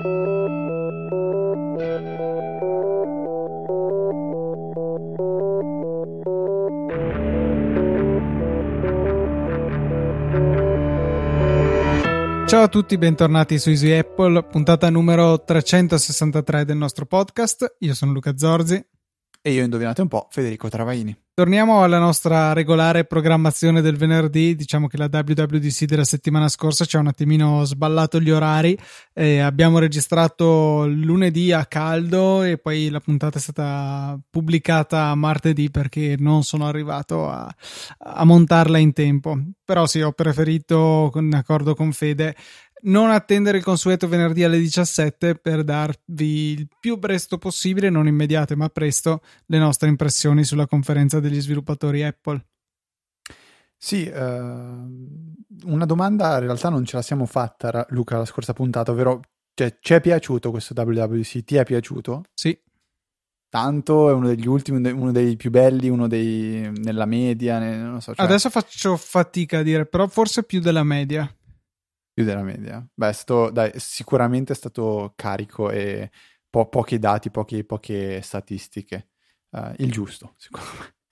Ciao a tutti, bentornati su Easy Apple, puntata numero 363 del nostro podcast. Io sono Luca Zorzi. E io, indovinate un po', Federico Travaini. Torniamo alla nostra regolare programmazione del venerdì. Diciamo che la WWDC della settimana scorsa ci ha un attimino sballato gli orari. Abbiamo registrato lunedì a caldo e poi la puntata è stata pubblicata martedì perché non sono arrivato a montarla in tempo. Però sì, ho preferito, in accordo con Fede, non attendere il consueto venerdì alle 17 per darvi il più presto possibile, non immediate ma presto, le nostre impressioni sulla conferenza degli sviluppatori Apple. Sì, una domanda in realtà non ce la siamo fatta, Luca, la scorsa puntata, ovvero ci è piaciuto questo WWDC? Ti è piaciuto? Sì. Tanto, è uno degli ultimi, uno dei più belli, uno dei nella media, non so. Adesso faccio fatica a dire, però forse più della media. Più della media. Beh, sicuramente è stato carico e pochi dati, poche statistiche. Il giusto, secondo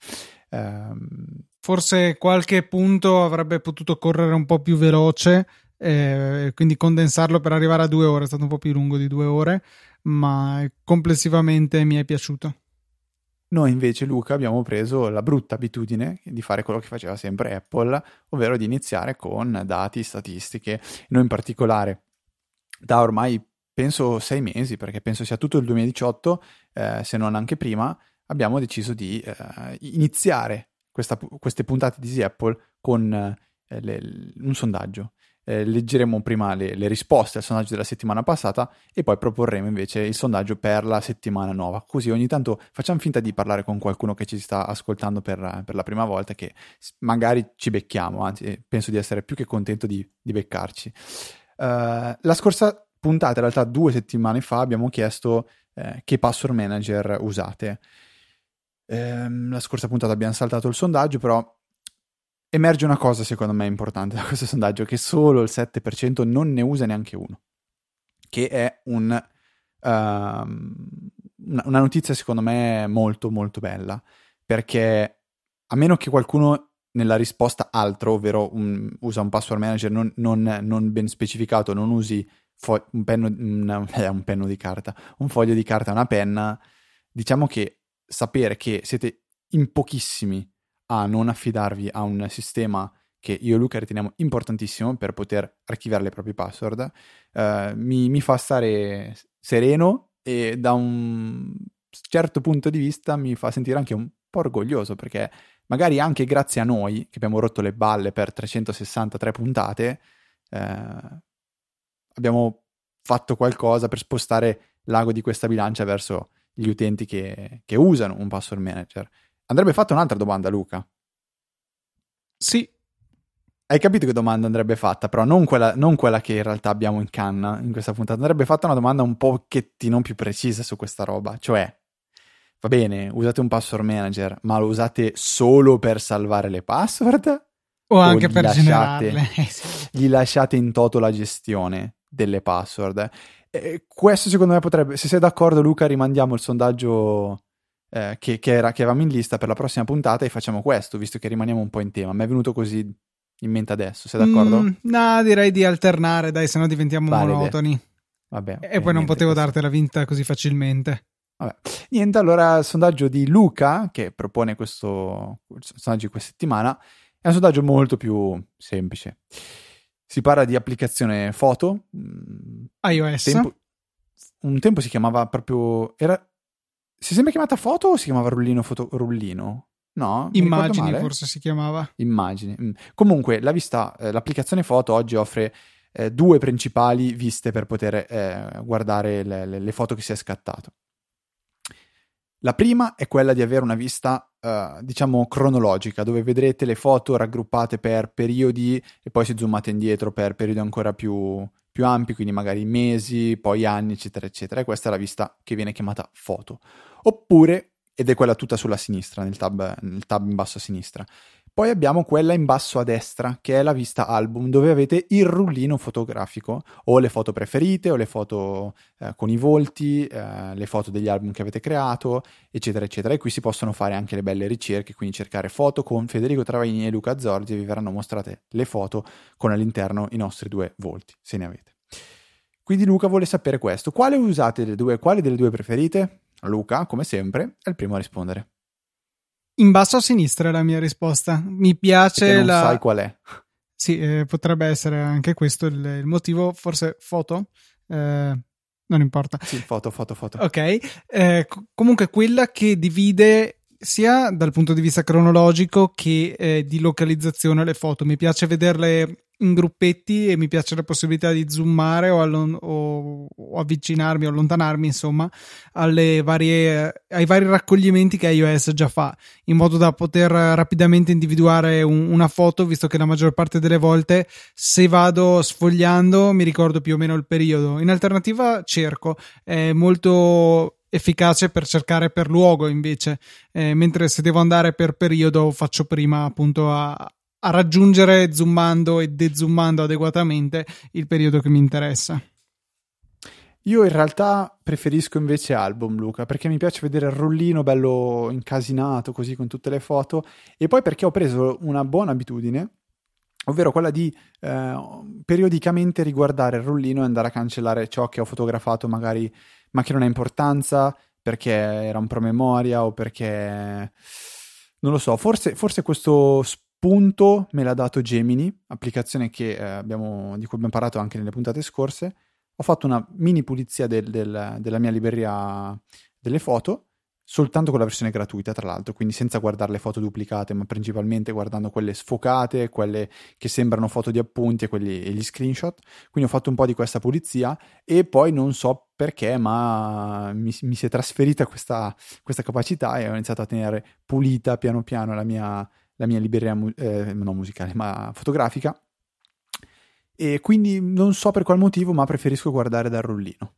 me. Forse qualche punto avrebbe potuto correre un po' più veloce, quindi condensarlo per arrivare a 2 ore. È stato un po' più lungo di 2 ore, ma complessivamente mi è piaciuto. Noi invece, Luca, abbiamo preso la brutta abitudine di fare quello che faceva sempre Apple, ovvero di iniziare con dati, statistiche. Noi in particolare, da ormai penso 6 mesi, perché penso sia tutto il 2018, se non anche prima, abbiamo deciso di iniziare queste puntate di Easy Apple con un sondaggio. Leggeremo prima le risposte al sondaggio della settimana passata e poi proporremo invece il sondaggio per la settimana nuova. Così ogni tanto facciamo finta di parlare con qualcuno che ci sta ascoltando per la prima volta, che magari ci becchiamo, anzi penso di essere più che contento di beccarci. La scorsa puntata, in realtà 2 settimane fa, abbiamo chiesto che password manager usate. La scorsa puntata abbiamo saltato il sondaggio, però emerge una cosa secondo me importante da questo sondaggio, che solo il 7% non ne usa neanche uno, che è una notizia secondo me molto molto bella, perché a meno che quacuno nella risposta altro, ovvero usa un password manager non ben specificato, non usi un penno di carta, un foglio di carta, una penna, diciamo che sapere che siete in pochissimi a non affidarvi a un sistema che io e Luca riteniamo importantissimo per poter archiviare le proprie password, mi fa stare sereno e da un certo punto di vista mi fa sentire anche un po' orgoglioso, perché magari anche grazie a noi che abbiamo rotto le balle per 363 puntate abbiamo fatto qualcosa per spostare l'ago di questa bilancia verso gli utenti che usano un password manager. Andrebbe fatta un'altra domanda, Luca. Sì. Hai capito che domanda andrebbe fatta, però non quella che in realtà abbiamo in canna in questa puntata. Andrebbe fatta una domanda un pochettino più precisa su questa roba. Cioè, va bene, usate un password manager, ma lo usate solo per salvare le password? O anche per generarle? Gli lasciate in toto la gestione delle password? Questo secondo me potrebbe, se sei d'accordo Luca, rimandiamo il sondaggio che avevamo in lista per la prossima puntata e facciamo questo, visto che rimaniamo un po' in tema. Mi è venuto così in mente adesso, sei d'accordo? No, direi di alternare, dai, sennò diventiamo monotoni. Vabbè, e poi non potevo dartela vinta così facilmente. Vabbè. Niente, allora il sondaggio di Luca, che propone questo sondaggio di questa settimana, è un sondaggio molto più semplice. Si parla di applicazione foto. iOS. Un tempo si chiamava proprio... Si è sempre chiamata foto o si chiamava rullino? No? Immagini forse si chiamava. Immagini. Comunque l'applicazione foto oggi offre 2 principali viste per poter guardare le foto che si è scattato. La prima è quella di avere una vista, diciamo, cronologica, dove vedrete le foto raggruppate per periodi e poi se zoomate indietro per periodi ancora più ampi, quindi magari mesi, poi anni, eccetera, eccetera. E questa è la vista che viene chiamata foto. Oppure, ed è quella tutta sulla sinistra, nel tab in basso a sinistra, Poi abbiamo quella in basso a destra, che è la vista album, dove avete il rullino fotografico, o le foto preferite, o le foto con i volti, le foto degli album che avete creato, eccetera, eccetera. E qui si possono fare anche le belle ricerche, quindi cercare foto con Federico Travaini e Luca Zorzi e vi verranno mostrate le foto con all'interno i nostri 2 volti, se ne avete. Quindi Luca vuole sapere questo. Quale usate delle due? Quali delle 2 preferite? Luca, come sempre, è il primo a rispondere. In basso a sinistra è la mia risposta. Mi piace perché non sai qual è. Sì, potrebbe essere anche questo il motivo. Forse foto? Non importa. Sì, foto. Ok. Comunque quella che divide sia dal punto di vista cronologico che di localizzazione le foto. Mi piace vederle in gruppetti e mi piace la possibilità di zoomare o avvicinarmi o allontanarmi, insomma, ai vari raccoglimenti che iOS già fa, in modo da poter rapidamente individuare una foto, visto che la maggior parte delle volte, se vado sfogliando, mi ricordo più o meno il periodo. In alternativa cerco, è molto efficace per cercare per luogo invece, mentre se devo andare per periodo faccio prima appunto a raggiungere, zoomando e dezoomando adeguatamente, il periodo che mi interessa. Io in realtà preferisco invece album, Luca, perché mi piace vedere il rullino bello incasinato così con tutte le foto, e poi perché ho preso una buona abitudine, ovvero quella di periodicamente riguardare il rullino e andare a cancellare ciò che ho fotografato magari, ma che non ha importanza, perché era un promemoria o perché non lo so, forse questo spunto me l'ha dato Gemini, applicazione che di cui abbiamo parlato anche nelle puntate scorse. Ho fatto una mini pulizia della mia libreria delle foto, soltanto con la versione gratuita, tra l'altro, quindi senza guardare le foto duplicate, ma principalmente guardando quelle sfocate, quelle che sembrano foto di appunti e gli screenshot. Quindi ho fatto un po' di questa pulizia e poi non so perché, ma mi si è trasferita questa capacità e ho iniziato a tenere pulita piano piano la mia libreria non musicale, ma fotografica. E quindi non so per qual motivo, ma preferisco guardare dal rullino.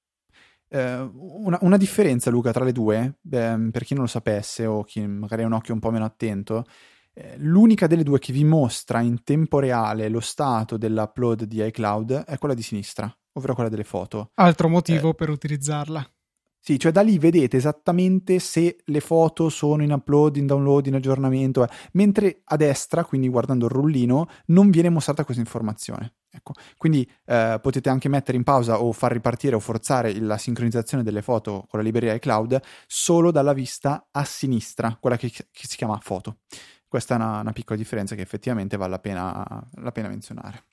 Una differenza, Luca, tra le due, per chi non lo sapesse o chi magari ha un occhio un po' meno attento, l'unica delle due che vi mostra in tempo reale lo stato dell'upload di iCloud è quella di sinistra, ovvero quella delle foto. Altro motivo per utilizzarla. Sì, cioè da lì vedete esattamente se le foto sono in upload, in download, in aggiornamento, mentre a destra, quindi guardando il rullino, non viene mostrata questa informazione. Ecco, quindi potete anche mettere in pausa o far ripartire o forzare la sincronizzazione delle foto con la libreria iCloud solo dalla vista a sinistra, quella che si chiama foto. Questa è una piccola differenza che effettivamente vale la pena menzionare.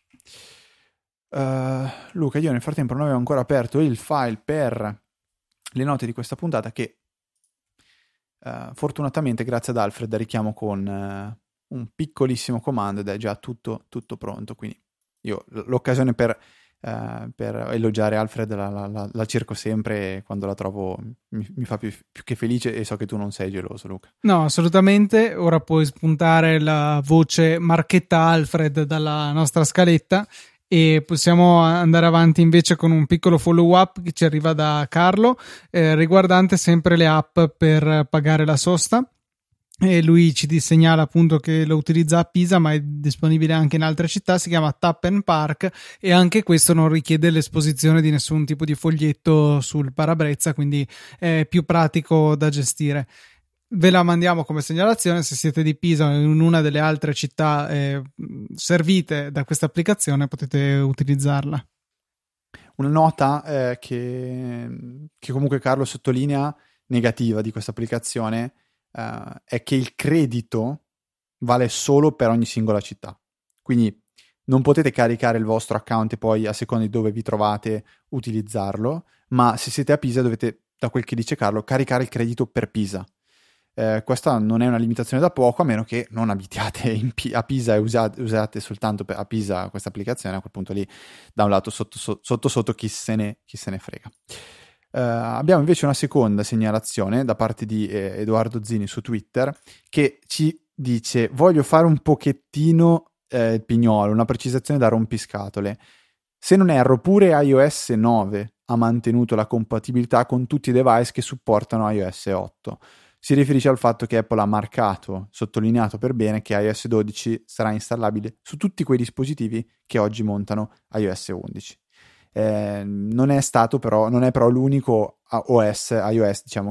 Luca, io nel frattempo non avevo ancora aperto il file per le note di questa puntata che fortunatamente grazie ad Alfred richiamo con un piccolissimo comando ed è già tutto pronto, quindi io l'occasione per elogiare Alfred la cerco sempre e quando la trovo mi fa più che felice, e so che tu non sei geloso, Luca. No, assolutamente. Ora puoi spuntare la voce marchetta Alfred dalla nostra scaletta e possiamo andare avanti invece con un piccolo follow up che ci arriva da Carlo, riguardante sempre le app per pagare la sosta. E lui ci segnala appunto che lo utilizza a Pisa, ma è disponibile anche in altre città. Si chiama Tap and Park e anche questo non richiede l'esposizione di nessun tipo di foglietto sul parabrezza, quindi è più pratico da gestire. Ve la mandiamo come segnalazione. Se siete di Pisa o in una delle altre città servite da questa applicazione, potete utilizzarla. Una nota che comunque Carlo sottolinea negativa di questa applicazione è che il credito vale solo per ogni singola città, quindi non potete caricare il vostro account e poi a seconda di dove vi trovate utilizzarlo, ma se siete a Pisa dovete, da quel che dice Carlo, caricare il credito per Pisa. Questa non è una limitazione da poco, a meno che non abitiate a Pisa e usate soltanto a Pisa questa applicazione. A quel punto lì da un lato sotto chi se ne frega. Abbiamo invece una seconda segnalazione da parte di Edoardo Zini su Twitter, che ci dice: voglio fare un pochettino pignolo, una precisazione da rompiscatole. Se non erro, pure iOS 9 ha mantenuto la compatibilità con tutti i device che supportano iOS 8. si riferisce al fatto che Apple ha marcato, sottolineato per bene, che iOS 12 sarà installabile su tutti quei dispositivi che oggi montano iOS 11. Non è però l'unico iOS, diciamo,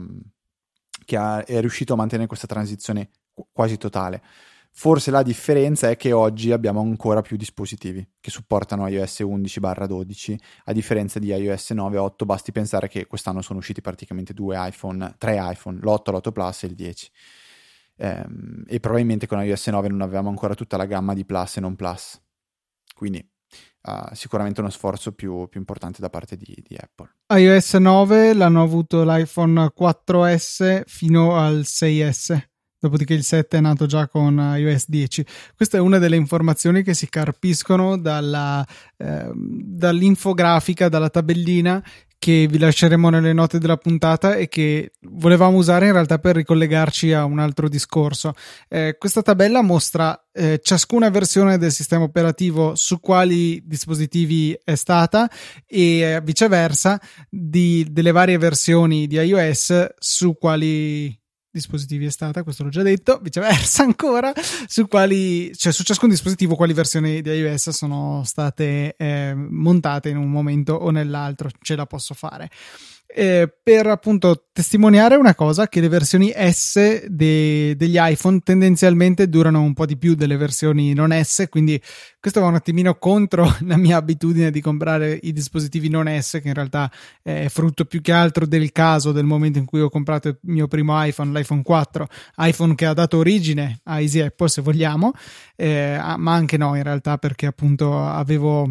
è riuscito a mantenere questa transizione quasi totale. Forse la differenza è che oggi abbiamo ancora più dispositivi che supportano iOS 11/12, a differenza di iOS 9 e 8. Basti pensare che quest'anno sono usciti praticamente 3 iPhone, l'8, l'8 Plus e il 10. E probabilmente con iOS 9 non avevamo ancora tutta la gamma di Plus e non Plus. Quindi sicuramente uno sforzo più importante da parte di Apple. iOS 9 l'hanno avuto l'iPhone 4S fino al 6S. Dopodiché il 7 è nato già con iOS 10. Questa è una delle informazioni che si carpiscono dall'infografica, dalla tabellina che vi lasceremo nelle note della puntata e che volevamo usare in realtà per ricollegarci a un altro discorso. Questa tabella mostra ciascuna versione del sistema operativo su quali dispositivi è stata e viceversa delle varie versioni di iOS su quali dispositivi è stata, questo l'ho già detto, viceversa ancora, su ciascun dispositivo quali versioni di iOS sono state montate in un momento o nell'altro. Ce la posso fare. Per appunto testimoniare una cosa, che le versioni S degli iPhone tendenzialmente durano un po' di più delle versioni non S, quindi questo va un attimino contro la mia abitudine di comprare i dispositivi non S, che in realtà è frutto più che altro del caso, del momento in cui ho comprato il mio primo iPhone, l'iPhone 4, iPhone che ha dato origine a Easy Apple, se vogliamo, ma anche no in realtà, perché appunto avevo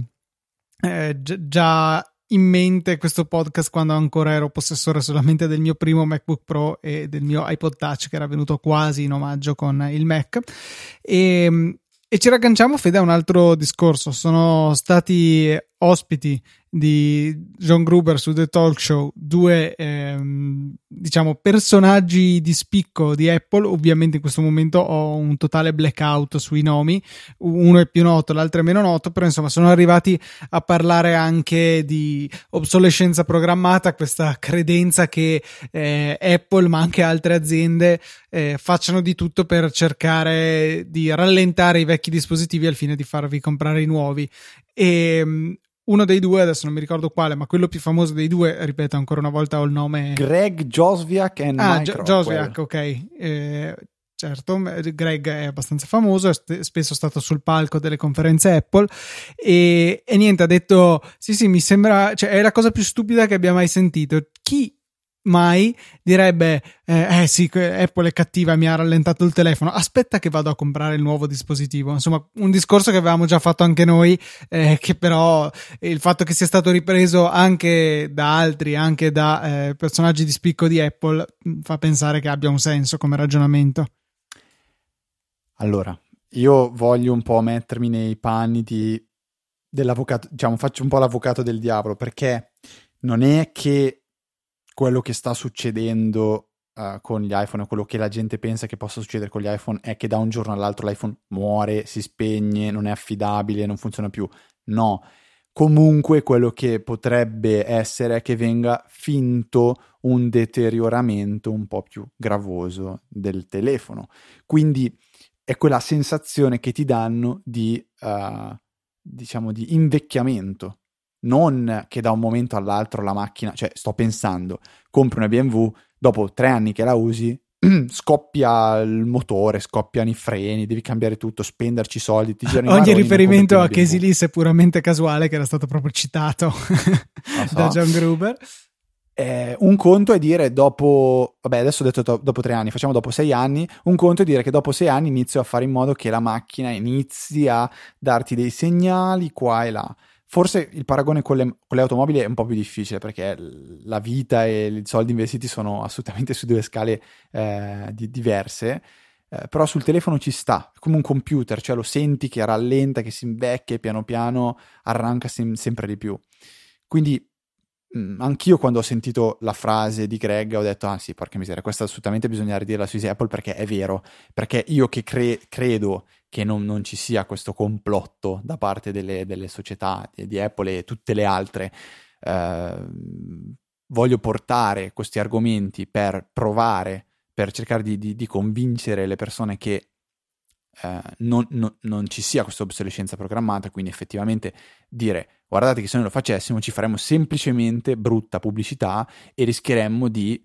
già in mente questo podcast quando ancora ero possessore solamente del mio primo MacBook Pro e del mio iPod Touch, che era venuto quasi in omaggio con il Mac. E ci ragganciamo, Fede, a un altro discorso. Sono stati ospiti di John Gruber su The Talk Show due diciamo personaggi di spicco di Apple. Ovviamente in questo momento ho un totale blackout sui nomi, uno è più noto, l'altro è meno noto, però insomma sono arrivati a parlare anche di obsolescenza programmata, questa credenza che Apple ma anche altre aziende facciano di tutto per cercare di rallentare i vecchi dispositivi al fine di farvi comprare i nuovi. E uno dei due, adesso non mi ricordo quale, ma quello più famoso dei due, ripeto ancora una volta, ho il nome... Greg Joswiak e Mike Rockwell. Joswiak, ok. Certo, Greg è abbastanza famoso, è spesso stato sul palco delle conferenze Apple e niente, ha detto sì, mi sembra, cioè è la cosa più stupida che abbia mai sentito. Chi mai direbbe sì, Apple è cattiva, mi ha rallentato il telefono, aspetta che vado a comprare il nuovo dispositivo. Insomma, un discorso che avevamo già fatto anche noi, che però il fatto che sia stato ripreso anche da altri, anche da personaggi di spicco di Apple, fa pensare che abbia un senso come ragionamento. Allora, io voglio un po' mettermi nei panni dell'avvocato, diciamo, faccio un po' l'avvocato del diavolo, perché non è che quello che sta succedendo con gli iPhone o quello che la gente pensa che possa succedere con gli iPhone è che da un giorno all'altro l'iPhone muore, si spegne, non è affidabile, non funziona più. No, comunque quello che potrebbe essere è che venga finto un deterioramento un po' più gravoso del telefono. Quindi è quella sensazione che ti danno di, diciamo, di invecchiamento. Non che da un momento all'altro la macchina, cioè sto pensando, compri una BMW, dopo 3 anni che la usi, scoppia il motore, scoppiano i freni, devi cambiare tutto, spenderci soldi, ti girano i Ogni maroni, riferimento a Casey Lease è puramente casuale, che era stato proprio citato da John Gruber. Un conto è dire dopo, vabbè adesso ho detto dopo 3 anni, facciamo dopo 6 anni, un conto è dire che dopo 6 anni inizio a fare in modo che la macchina inizi a darti dei segnali qua e là. Forse il paragone con le automobili è un po' più difficile, perché la vita e i soldi investiti sono assolutamente su 2 scale diverse, però sul telefono ci sta, è come un computer, cioè lo senti che rallenta, che si invecchia e piano piano arranca sempre di più. Quindi anch'io quando ho sentito la frase di Greg ho detto sì, porca miseria, questa assolutamente bisogna ridirla su Easy Apple, perché è vero, perché io che credo che non ci sia questo complotto da parte delle società di Apple e tutte le altre, voglio portare questi argomenti per provare per cercare di convincere le persone che non ci sia questa obsolescenza programmata, quindi effettivamente dire guardate che se noi lo facessimo ci faremmo semplicemente brutta pubblicità e rischieremmo di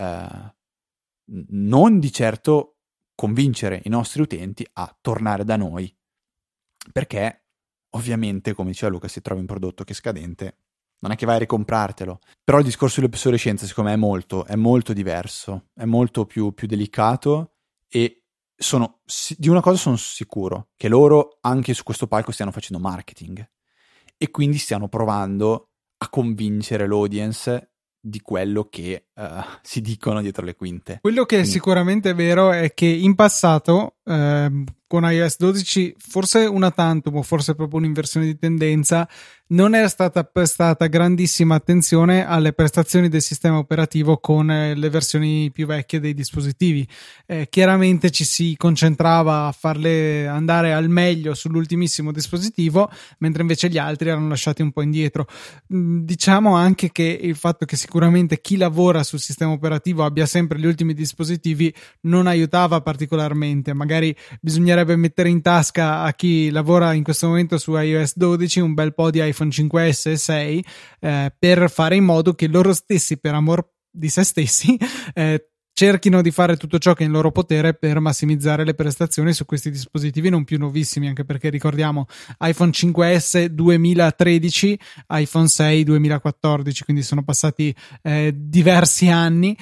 non di certo convincere i nostri utenti a tornare da noi, perché ovviamente, come diceva Luca, se trovi un prodotto che è scadente non è che vai a ricomprartelo. Però il discorso dell'obsolescenza secondo me è molto diverso, è molto più delicato, e di una cosa sono sicuro, che loro anche su questo palco stiano facendo marketing e quindi stiano provando a convincere l'audience di quello che si dicono dietro le quinte. Quello che sicuramente è vero è che in passato con iOS 12 forse una tantum o forse proprio un'inversione di tendenza non era stata prestata grandissima attenzione alle prestazioni del sistema operativo con le versioni più vecchie dei dispositivi. Chiaramente ci si concentrava a farle andare al meglio sull'ultimissimo dispositivo, mentre invece gli altri erano lasciati un po' indietro. Diciamo anche che il fatto che sicuramente chi lavora sul sistema operativo abbia sempre gli ultimi dispositivi non aiutava particolarmente. Magari bisognerebbe mettere in tasca a chi lavora in questo momento su iOS 12 un bel po' di iPhone 5S e 6 per fare in modo che loro stessi, per amor di se stessi, cerchino di fare tutto ciò che è in loro potere per massimizzare le prestazioni su questi dispositivi non più nuovissimi, anche perché ricordiamo iPhone 5S 2013, iPhone 6 2014, quindi sono passati diversi anni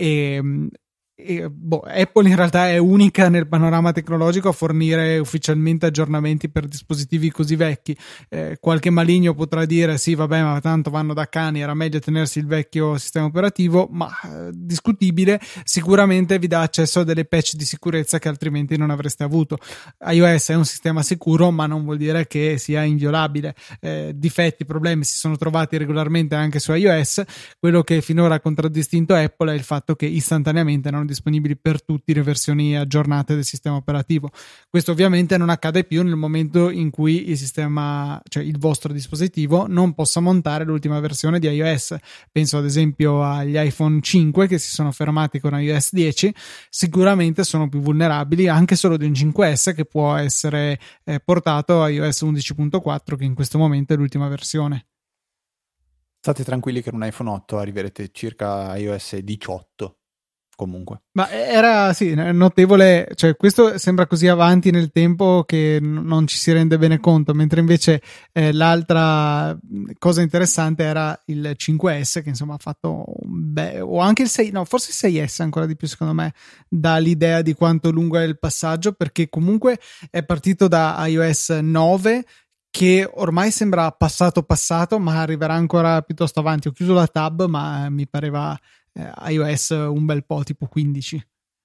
Apple in realtà è unica nel panorama tecnologico a fornire ufficialmente aggiornamenti per dispositivi così vecchi. Qualche maligno potrà dire sì vabbè, ma tanto vanno da cani, era meglio tenersi il vecchio sistema operativo, ma discutibile. Sicuramente vi dà accesso a delle patch di sicurezza che altrimenti non avreste avuto. iOS è un sistema sicuro, ma non vuol dire che sia inviolabile. Difetti, problemi si sono trovati regolarmente anche su iOS. Quello che finora ha contraddistinto Apple è il fatto che istantaneamente non disponibili per tutti le versioni aggiornate del sistema operativo. Questo ovviamente non accade più nel momento in cui il sistema, cioè il vostro dispositivo, non possa montare l'ultima versione di iOS. Penso ad esempio agli iPhone 5 che si sono fermati con iOS 10, sicuramente sono più vulnerabili anche solo di un 5S che può essere portato a iOS 11.4, che in questo momento è l'ultima versione. State tranquilli che in un iPhone 8 arriverete circa a iOS 18. Comunque, ma era sì notevole, cioè questo sembra così avanti nel tempo che non ci si rende bene conto, mentre invece l'altra cosa interessante era il 5S che insomma ha fatto o anche il 6, no forse il 6S ancora di più secondo me, dà l'idea di quanto lungo è il passaggio, perché comunque è partito da iOS 9 che ormai sembra passato, ma arriverà ancora piuttosto avanti. Ho chiuso la tab, ma mi pareva iOS un bel po' tipo 15.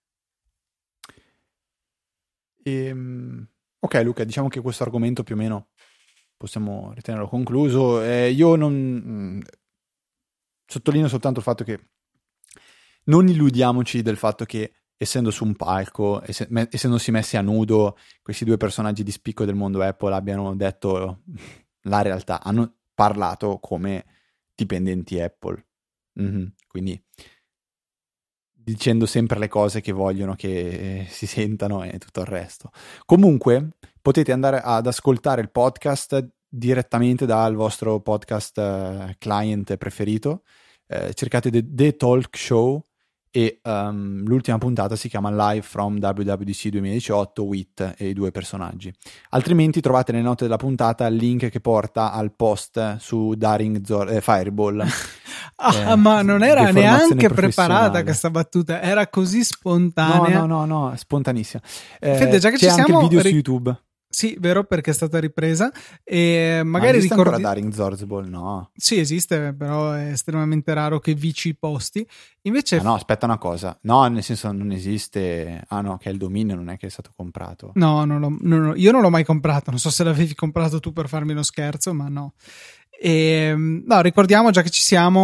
Ok Luca, diciamo che questo argomento più o meno possiamo ritenerlo concluso. Io non sottolineo soltanto il fatto che non illudiamoci del fatto che essendo su un palco, essendosi messi a nudo questi due personaggi di spicco del mondo Apple abbiano detto la realtà, hanno parlato come dipendenti Apple. Quindi dicendo sempre le cose che vogliono che si sentano e tutto il resto. Comunque potete andare ad ascoltare il podcast direttamente dal vostro podcast client preferito. Cercate The Talk Show e l'ultima puntata si chiama Live from WWDC 2018 with e i due personaggi. Altrimenti trovate nelle note della puntata il link che porta al post su Daring Fireball. Ma non era neanche preparata questa battuta, era così spontanea. No, spontanissima. Fede, già che c'è ci siamo, anche il video su YouTube. Sì, vero, perché è stata ripresa. E magari esiste ancora Daring Zorzball? No. Sì, esiste, però è estremamente raro che vici i posti. Invece no, aspetta una cosa. No, nel senso non esiste. Ah no, che è il dominio, non è che è stato comprato. No, io non l'ho mai comprato. Non so se l'avevi comprato tu per farmi uno scherzo, ma no. No, ricordiamo, già che ci siamo,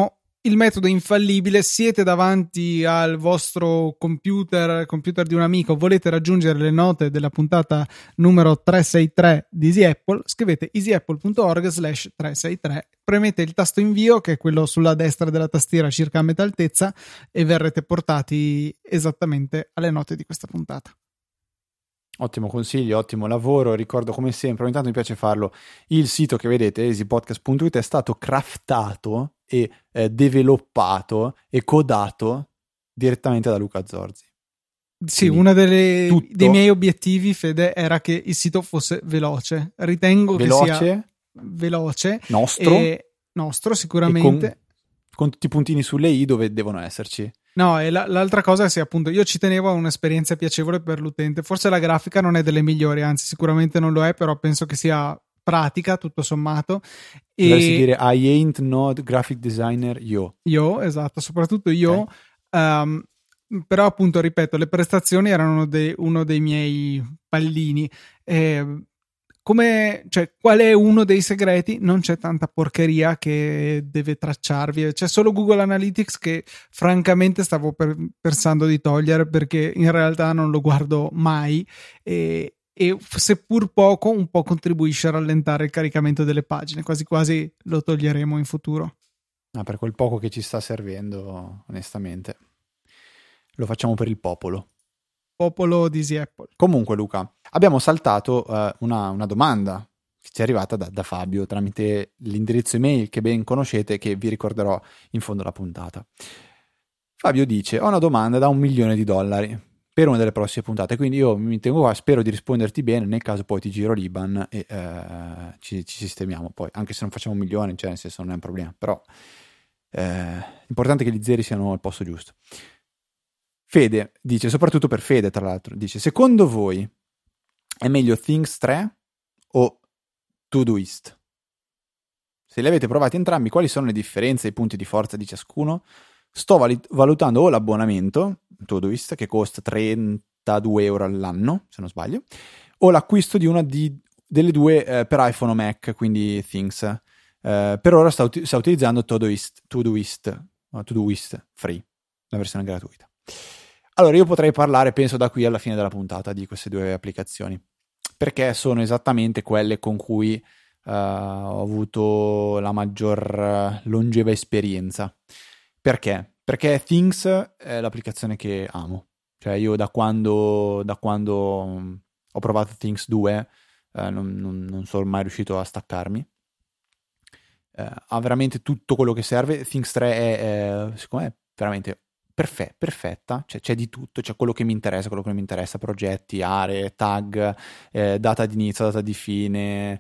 il metodo infallibile: siete davanti al vostro computer di un amico, volete raggiungere le note della puntata numero 363 di Easy Apple, scrivete easyapple.org/363, premete il tasto invio, che è quello sulla destra della tastiera circa a metà altezza, e verrete portati esattamente alle note di questa puntata. Ottimo consiglio, ottimo lavoro. Ricordo come sempre, ogni tanto mi piace farlo, il sito che vedete, easypodcast.it, è stato craftato e developpato e codato direttamente da Luca Zorzi. Sì, uno dei miei obiettivi, Fede, era che il sito fosse veloce. Ritengo che sia veloce, nostro sicuramente, con tutti i puntini sulle i dove devono esserci. No, e l'altra cosa è se appunto io ci tenevo a un'esperienza piacevole per l'utente. Forse la grafica non è delle migliori, anzi sicuramente non lo è, però penso che sia pratica tutto sommato. Dovresti dire I ain't no graphic designer, io, esatto, soprattutto io. Okay. Però appunto, ripeto, le prestazioni erano uno dei miei pallini. Qual è uno dei segreti? Non c'è tanta porcheria che deve tracciarvi, c'è solo Google Analytics, che francamente stavo pensando di togliere, perché in realtà non lo guardo mai e seppur poco, un po' contribuisce a rallentare il caricamento delle pagine. Quasi quasi lo toglieremo in futuro. Per quel poco che ci sta servendo, onestamente lo facciamo per il popolo di Easy Apple. Comunque, Luca, abbiamo saltato una domanda che ci è arrivata da Fabio tramite l'indirizzo email che ben conoscete, che vi ricorderò in fondo alla puntata. Fabio dice: ho una domanda da $1.000.000 per una delle prossime puntate, quindi io mi tengo qua, spero di risponderti bene, nel caso poi ti giro l'IBAN e ci sistemiamo poi, anche se non facciamo 1 milione, cioè nel senso non è un problema, però l'importante è che gli zeri siano al posto giusto. Fede dice, soprattutto per Fede tra l'altro, dice: secondo voi è meglio Things 3 o Todoist? Se li avete provati entrambi, quali sono le differenze e i punti di forza di ciascuno? Sto valutando o l'abbonamento Todoist, che costa €32 all'anno, se non sbaglio, o l'acquisto di una delle due per iPhone o Mac, quindi Things. Per ora sta utilizzando Todoist Free, la versione gratuita. Allora, io potrei parlare, penso, da qui alla fine della puntata di queste due applicazioni, perché sono esattamente quelle con cui ho avuto la maggior longeva esperienza. Perché? Perché Things è l'applicazione che amo. Cioè, io da quando ho provato Things 2 non sono mai riuscito a staccarmi. Ha veramente tutto quello che serve. Things 3 è secondo me veramente perfetta, cioè, c'è di tutto, c'è quello che mi interessa, quello che non mi interessa, progetti, aree, tag, data di inizio, data di fine.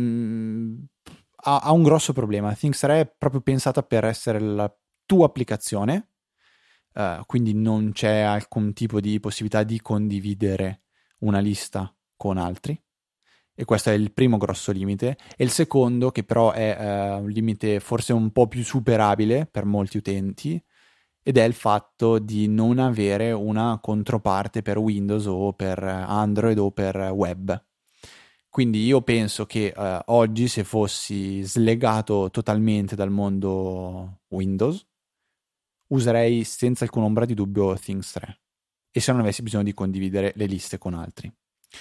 Ha un grosso problema. Things 3 è proprio pensata per essere la tua applicazione, quindi non c'è alcun tipo di possibilità di condividere una lista con altri, e questo è il primo grosso limite. E il secondo, che però è un limite forse un po' più superabile per molti utenti, ed è il fatto di non avere una controparte per Windows o per Android o per web. Quindi io penso che oggi, se fossi slegato totalmente dal mondo Windows, userei senza alcuna ombra di dubbio Things 3, e se non avessi bisogno di condividere le liste con altri.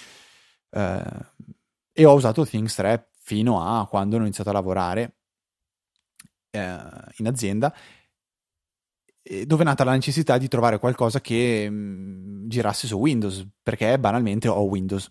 E ho usato Things 3 fino a quando ho iniziato a lavorare in azienda, dove è nata la necessità di trovare qualcosa che girasse su Windows, perché banalmente ho Windows.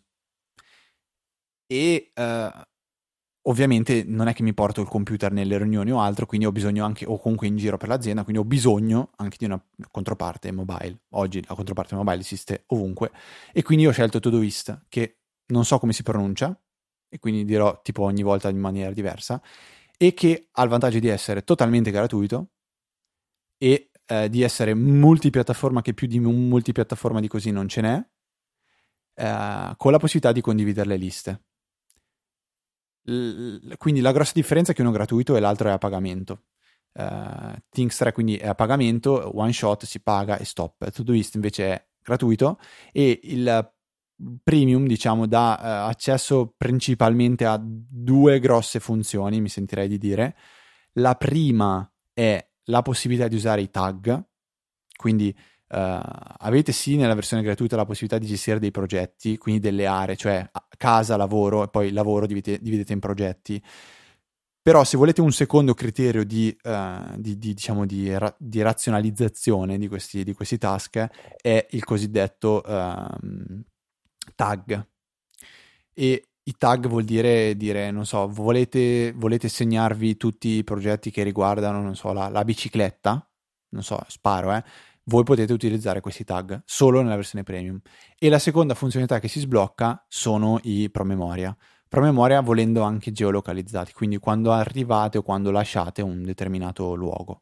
E ovviamente non è che mi porto il computer nelle riunioni o altro, quindi ho bisogno anche, o comunque in giro per l'azienda, quindi ho bisogno anche di una controparte mobile. Oggi la controparte mobile esiste ovunque, e quindi ho scelto Todoist, che non so come si pronuncia, e quindi dirò tipo ogni volta in maniera diversa, e che ha il vantaggio di essere totalmente gratuito e di essere multipiattaforma, che più di un multipiattaforma di così non ce n'è, con la possibilità di condividere le liste. Quindi la grossa differenza è che uno è gratuito e l'altro è a pagamento. Things 3 quindi è a pagamento, one shot, si paga e stop. Todoist invece è gratuito, e il premium, diciamo, dà accesso principalmente a due grosse funzioni, mi sentirei di dire. La prima è la possibilità di usare i tag, quindi avete sì nella versione gratuita la possibilità di gestire dei progetti, quindi delle aree, cioè casa, lavoro e poi lavoro dividete in progetti. Però se volete un secondo criterio diciamo di razionalizzazione di questi task è il cosiddetto tag. E i tag vuol dire non so, volete segnarvi tutti i progetti che riguardano, non so, la bicicletta, non so, sparo, voi potete utilizzare questi tag solo nella versione premium. E la seconda funzionalità che si sblocca sono i promemoria. Promemoria volendo anche geolocalizzati, quindi quando arrivate o quando lasciate un determinato luogo.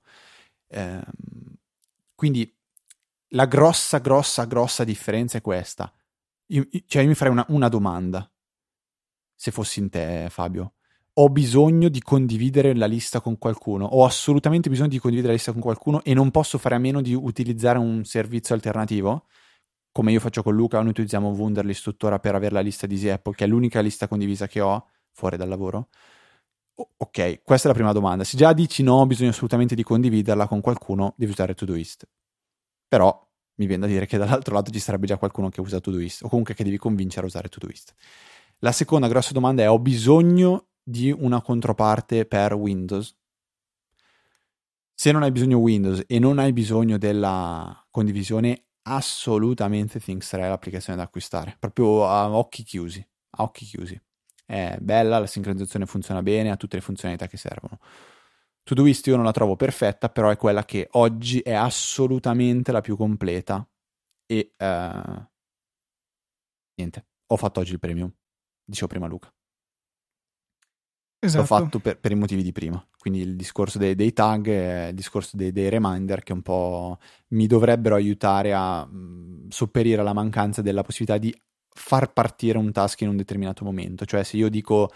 Quindi la grossa differenza è questa. Io mi farei una domanda, se fossi in te, Fabio. Ho bisogno di condividere la lista con qualcuno, ho assolutamente bisogno di condividere la lista con qualcuno e non posso fare a meno di utilizzare un servizio alternativo, come io faccio con Luca. Noi utilizziamo Wunderlist tuttora per avere la lista di Easy Apple, che è l'unica lista condivisa che ho fuori dal lavoro. Ok, questa è la prima domanda. Se già dici no, ho bisogno assolutamente di condividerla con qualcuno, devi usare Todoist. Però mi viene da dire che dall'altro lato ci sarebbe già qualcuno che usa Todoist, o comunque che devi convincere a usare Todoist. La seconda grossa domanda è: ho bisogno di una controparte per Windows? Se non hai bisogno Windows e non hai bisogno della condivisione, assolutamente Things3 è l'applicazione da acquistare, proprio a occhi chiusi, È bella, la sincronizzazione funziona bene, ha tutte le funzionalità che servono. Todoist io non la trovo perfetta, però è quella che oggi è assolutamente la più completa e niente, ho fatto oggi il premium, dicevo prima Luca. Esatto. L'ho fatto per i motivi di prima, quindi il discorso dei tag, il discorso dei reminder che un po' mi dovrebbero aiutare a sopperire alla mancanza della possibilità di far partire un task in un determinato momento. Cioè se io dico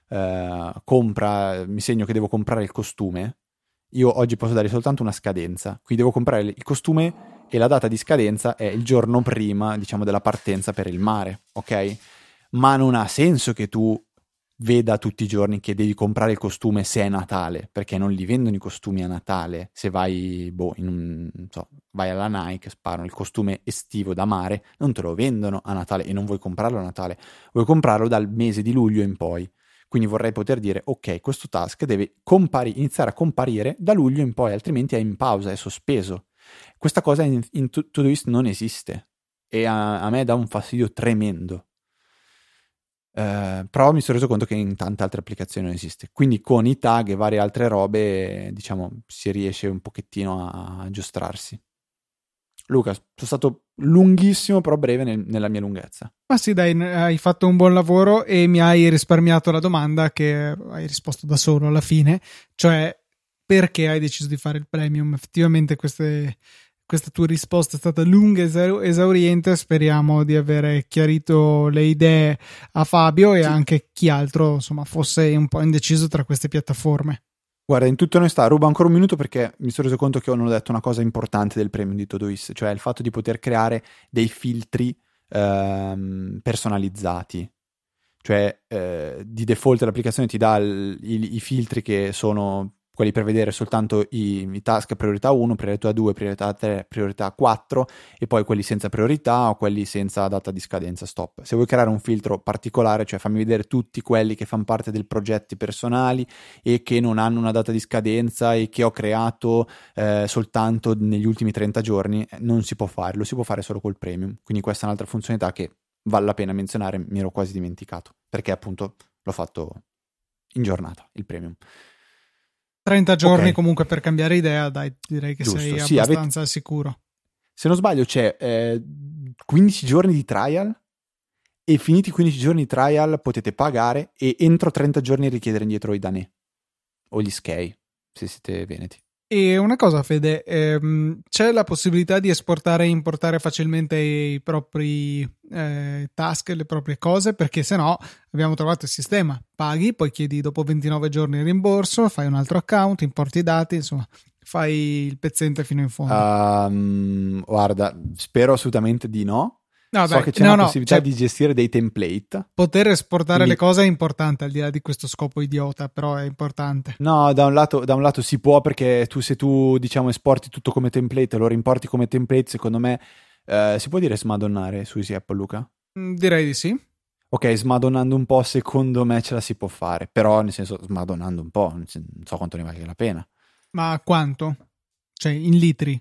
mi segno che devo comprare il costume, io oggi posso dare soltanto una scadenza, quindi devo comprare il costume e la data di scadenza è il giorno prima, diciamo, della partenza per il mare, ok? Ma non ha senso che tu veda tutti i giorni che devi comprare il costume se è Natale, perché non li vendono i costumi a Natale. Se vai, vai alla Nike, sparano il costume estivo da mare, non te lo vendono a Natale e non vuoi comprarlo a Natale, vuoi comprarlo dal mese di luglio in poi. Quindi vorrei poter dire, ok, questo task deve iniziare a comparire da luglio in poi, altrimenti è in pausa, è sospeso. Questa cosa in Todoist non esiste e a me dà un fastidio tremendo. Però mi sono reso conto che in tante altre applicazioni non esiste, quindi con i tag e varie altre robe, diciamo, si riesce un pochettino a giostrarsi. Luca, sono stato lunghissimo però breve nella mia lunghezza. Ma sì, dai, hai fatto un buon lavoro e mi hai risparmiato la domanda che hai risposto da solo alla fine, cioè perché hai deciso di fare il premium. Effettivamente questa tua risposta è stata lunga e esauriente. Speriamo di avere chiarito le idee a Fabio e sì, anche chi altro insomma fosse un po' indeciso tra queste piattaforme. Guarda, in tutta onestà, rubo ancora un minuto perché mi sono reso conto che non ho detto una cosa importante del premium di Todoist, cioè il fatto di poter creare dei filtri personalizzati. Cioè di default l'applicazione ti dà i filtri che sono quelli per vedere soltanto i task priorità 1, priorità 2, priorità 3, priorità 4 e poi quelli senza priorità o quelli senza data di scadenza stop. Se vuoi creare un filtro particolare, cioè fammi vedere tutti quelli che fanno parte dei progetti personali e che non hanno una data di scadenza e che ho creato soltanto negli ultimi 30 giorni, non si può fare, lo si può fare solo col premium. Quindi questa è un'altra funzionalità che vale la pena menzionare, mi ero quasi dimenticato, perché appunto l'ho fatto in giornata, il premium. 30 giorni okay. Comunque per cambiare idea, dai, direi che giusto, sei sì, abbastanza al sicuro. Se non sbaglio c'è 15 giorni di trial e finiti i 15 giorni di trial potete pagare e entro 30 giorni richiedere indietro i danè o gli skei, se siete veneti. E una cosa, Fede, c'è la possibilità di esportare e importare facilmente i propri task, le proprie cose, perché se no abbiamo trovato il sistema, paghi, poi chiedi dopo 29 giorni il rimborso, fai un altro account, importi i dati, insomma fai il pezzente fino in fondo. Guarda, spero assolutamente di no. No, so beh, che c'è una possibilità di gestire dei template. Poter esportare le cose è importante, al di là di questo scopo idiota, però è importante. No, da un lato si può, perché se tu diciamo esporti tutto come template e lo rimporti come template, secondo me si può dire smadonnare su Easy Apple, Luca? Direi di sì. Ok, smadonnando un po', secondo me ce la si può fare, però nel senso smadonnando un po', non so quanto ne valga la pena. Ma quanto? Cioè, in litri?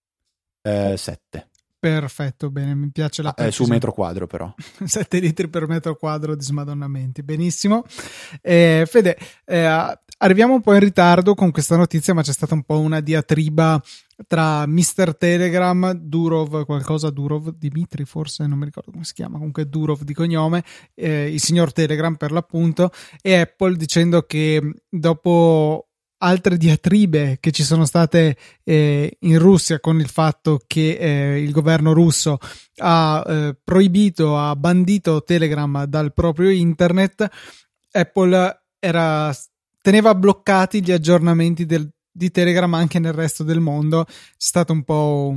7. Perfetto, bene, mi piace la Su metro quadro però. 7 litri per metro quadro di smadonnamenti, benissimo. Fede, arriviamo un po' in ritardo con questa notizia, ma c'è stata un po' una diatriba tra Mr. Telegram, Durov, Dimitri forse, non mi ricordo come si chiama, comunque Durov di cognome, il signor Telegram per l'appunto, e Apple, dicendo che dopo altre diatribe che ci sono state in Russia con il fatto che il governo russo ha bandito Telegram dal proprio internet, Apple teneva bloccati gli aggiornamenti di Telegram anche nel resto del mondo. C'è stato un po'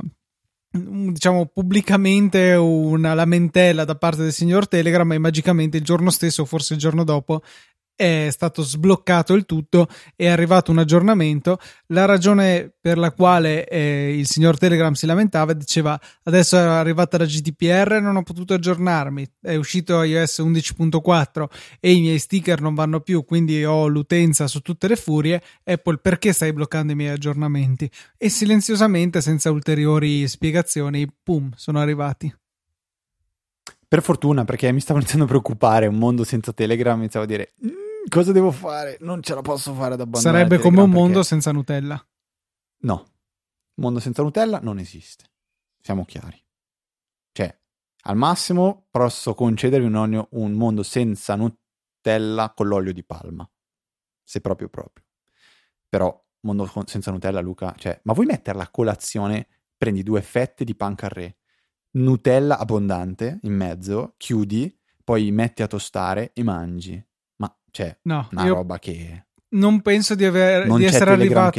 diciamo pubblicamente una lamentela da parte del signor Telegram, e magicamente il giorno stesso, forse il giorno dopo, è stato sbloccato il tutto, è arrivato un aggiornamento. La ragione per la quale il signor Telegram si lamentava, diceva: adesso è arrivata la GDPR, non ho potuto aggiornarmi, è uscito iOS 11.4 e i miei sticker non vanno più, quindi ho l'utenza su tutte le furie. Apple, perché stai bloccando i miei aggiornamenti? E silenziosamente, senza ulteriori spiegazioni, pum, sono arrivati. Per fortuna, perché mi stavo iniziando a preoccupare. Un mondo senza Telegram, iniziavo a dire cosa devo fare? Non ce la posso fare ad abbandonare Sarebbe Telegram, come un mondo senza Nutella. No, un mondo senza Nutella non esiste, siamo chiari. Cioè, al massimo posso concedervi un mondo senza Nutella con l'olio di palma, se proprio. Però mondo senza Nutella, Luca, cioè, ma vuoi metterla a colazione? Prendi 2 fette di pan carré, Nutella abbondante in mezzo, chiudi, poi metti a tostare e mangi. Ma c'è una roba che non penso di essere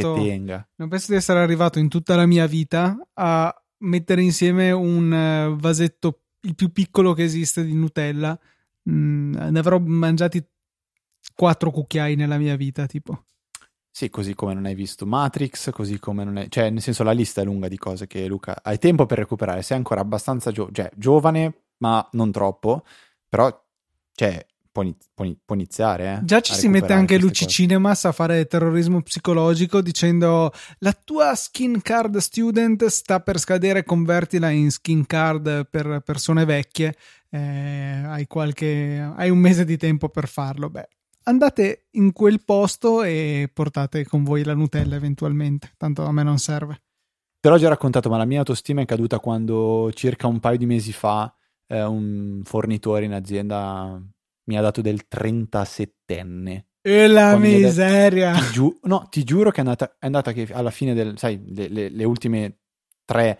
arrivato in tutta la mia vita a mettere insieme un vasetto il più piccolo che esiste di Nutella. Ne avrò mangiati 4 cucchiai nella mia vita, tipo. Sì, così come non hai visto Matrix, così come non hai... Cioè, nel senso, la lista è lunga di cose che, Luca, hai tempo per recuperare. Sei ancora abbastanza giovane, ma non troppo. Però, cioè, può iniziare, Già ci si mette anche Luci cose. Cinemas a fare terrorismo psicologico dicendo: la tua skin card student sta per scadere, convertila in skin card per persone vecchie. Hai un mese di tempo per farlo. Beh, andate in quel posto e portate con voi la Nutella eventualmente, tanto a me non serve. Te l'ho già raccontato, ma la mia autostima è caduta quando circa un paio di mesi fa un fornitore in azienda mi ha dato del 37enne. E la miseria! Ti giuro che è andata che alla fine sai, le ultime 3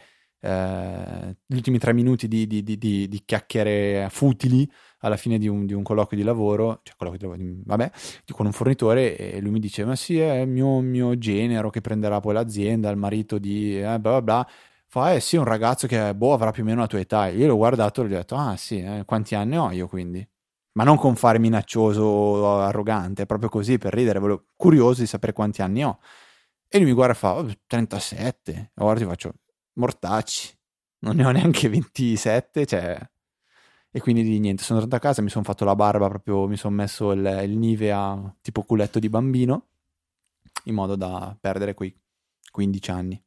gli ultimi 3 minuti di chiacchiere futili alla fine di un colloquio di lavoro, con un fornitore, e lui mi dice: ma sì, è il mio genero che prenderà poi l'azienda, il marito di bla bla bla. Fa: sì, un ragazzo che avrà più o meno la tua età. Io l'ho guardato e gli ho detto: ah sì, quanti anni ho io quindi? Ma non con fare minaccioso o arrogante, proprio così per ridere, curioso di sapere quanti anni ho. E lui mi guarda e fa: 37. E ora ti faccio: mortacci, non ne ho neanche 27, cioè. E quindi niente, sono tornato a casa, mi sono fatto la barba, proprio mi sono messo il Nivea tipo culetto di bambino, in modo da perdere quei 15 anni.